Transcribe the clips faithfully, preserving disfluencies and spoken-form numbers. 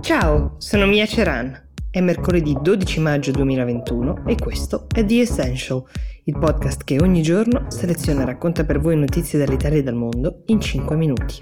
Ciao, sono Mia Ceran. È mercoledì dodici maggio duemilaventuno e questo è The Essential, il podcast che ogni giorno seleziona e racconta per voi notizie dall'Italia e dal mondo in cinque minuti.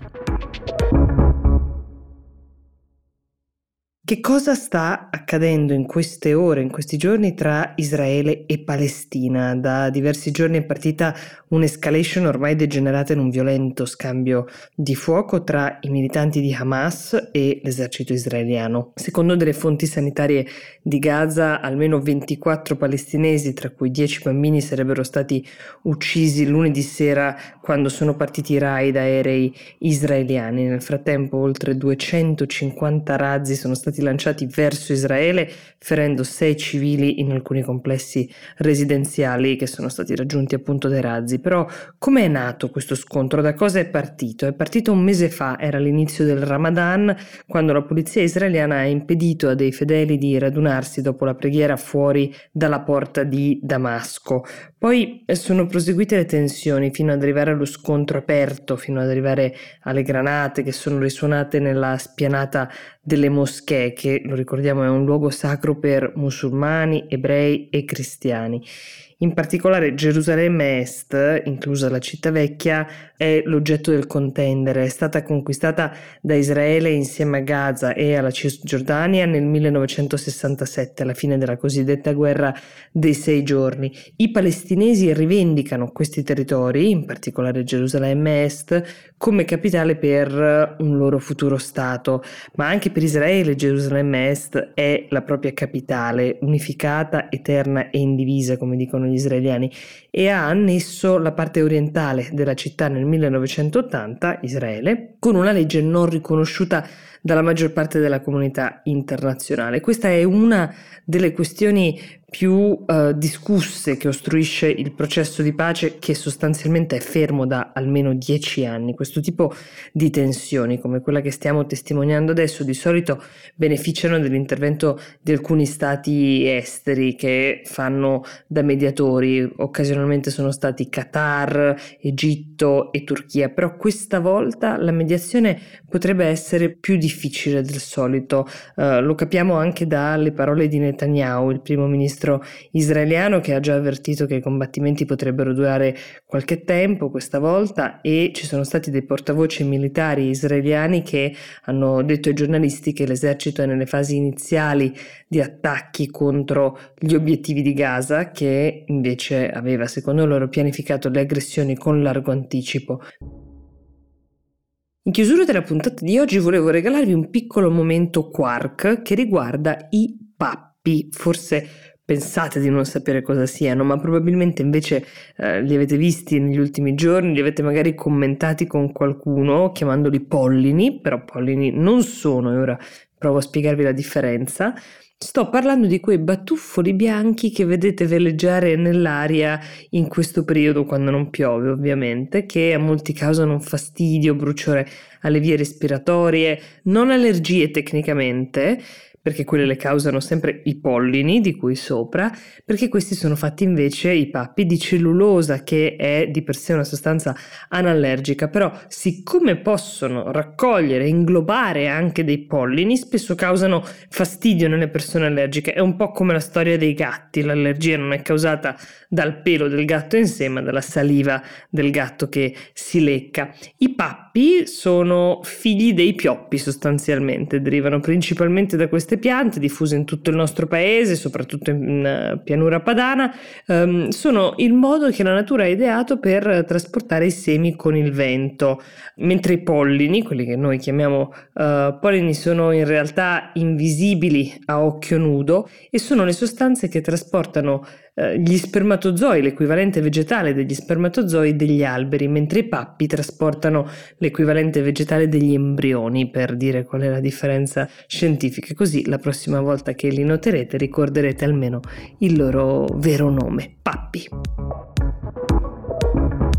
Che cosa sta accadendo in queste ore, in questi giorni tra Israele e Palestina? Da diversi giorni è partita un'escalation ormai degenerata in un violento scambio di fuoco tra i militanti di Hamas e l'esercito israeliano. Secondo delle fonti sanitarie di Gaza, almeno ventiquattro palestinesi, tra cui dieci bambini, sarebbero stati uccisi lunedì sera quando sono partiti i raid aerei israeliani. Nel frattempo, oltre duecentocinquanta razzi sono stati lanciati verso Israele, ferendo sei civili in alcuni complessi residenziali che sono stati raggiunti appunto dai razzi. Però come è nato questo scontro? Da cosa è partito? È partito un mese fa, era l'inizio del Ramadan, quando la polizia israeliana ha impedito a dei fedeli di radunarsi dopo la preghiera fuori dalla porta di Damasco. Poi sono proseguite le tensioni fino ad arrivare allo scontro aperto, fino ad arrivare alle granate che sono risuonate nella spianata delle moschee, che, lo ricordiamo, è un luogo sacro per musulmani, ebrei e cristiani. In particolare Gerusalemme Est, inclusa la città vecchia, è l'oggetto del contendere. È stata conquistata da Israele insieme a Gaza e alla Cisgiordania nel millenovecentosessantasette, alla fine della cosiddetta guerra dei sei giorni. I palestinesi rivendicano questi territori, in particolare Gerusalemme Est, come capitale per un loro futuro Stato, ma anche per Israele Gerusalemme Est è la propria capitale, unificata, eterna e indivisa, come dicono gli israeliani, e ha annesso la parte orientale della città nel millenovecentottanta, Israele, con una legge non riconosciuta dalla maggior parte della comunità internazionale. Questa è una delle questioni più uh, discusse che ostruisce il processo di pace, che sostanzialmente è fermo da almeno dieci anni. Questo tipo di tensioni, come quella che stiamo testimoniando adesso, di solito beneficiano dell'intervento di alcuni stati esteri che fanno da mediatori. Occasionalmente sono stati Qatar, Egitto e Turchia, però questa volta la mediazione potrebbe essere più difficile del solito. Uh, lo capiamo anche dalle parole di Netanyahu, il primo ministro israeliano, che ha già avvertito che i combattimenti potrebbero durare qualche tempo questa volta, e ci sono stati dei portavoce militari israeliani che hanno detto ai giornalisti che l'esercito è nelle fasi iniziali di attacchi contro gli obiettivi di Gaza, che invece aveva, secondo loro, pianificato le aggressioni con largo anticipo. In chiusura della puntata di oggi volevo regalarvi un piccolo momento quark che riguarda i pappi. Forse pensate di non sapere cosa siano, ma probabilmente invece eh, li avete visti negli ultimi giorni, li avete magari commentati con qualcuno chiamandoli pollini, però pollini non sono, e ora provo a spiegarvi la differenza. Sto parlando di quei batuffoli bianchi che vedete veleggiare nell'aria in questo periodo, quando non piove ovviamente, che a molti causano un fastidio, bruciore alle vie respiratorie, non allergie tecnicamente, perché quelle le causano sempre i pollini di cui sopra, perché questi sono fatti invece, i pappi, di cellulosa, che è di per sé una sostanza anallergica, però siccome possono raccogliere e inglobare anche dei pollini, spesso causano fastidio nelle persone allergiche. È un po' come la storia dei gatti: l'allergia non è causata dal pelo del gatto in sé, ma dalla saliva del gatto che si lecca. I pappi sono figli dei pioppi, sostanzialmente, derivano principalmente da queste piante diffuse in tutto il nostro paese, soprattutto in uh, pianura padana. Um, sono il modo che la natura ha ideato per trasportare i semi con il vento, mentre i pollini, quelli che noi chiamiamo uh, pollini, sono in realtà invisibili a occhio nudo e sono le sostanze che trasportano uh, gli spermatozoi, l'equivalente vegetale degli spermatozoi degli alberi, mentre i pappi trasportano l'equivalente vegetale degli embrioni, per dire qual è la differenza scientifica. Così la prossima volta che li noterete ricorderete almeno il loro vero nome: pappi.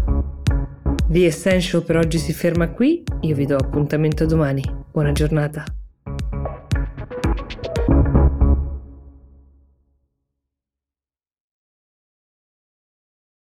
The Essential per oggi si ferma qui, io vi do appuntamento domani. Buona giornata.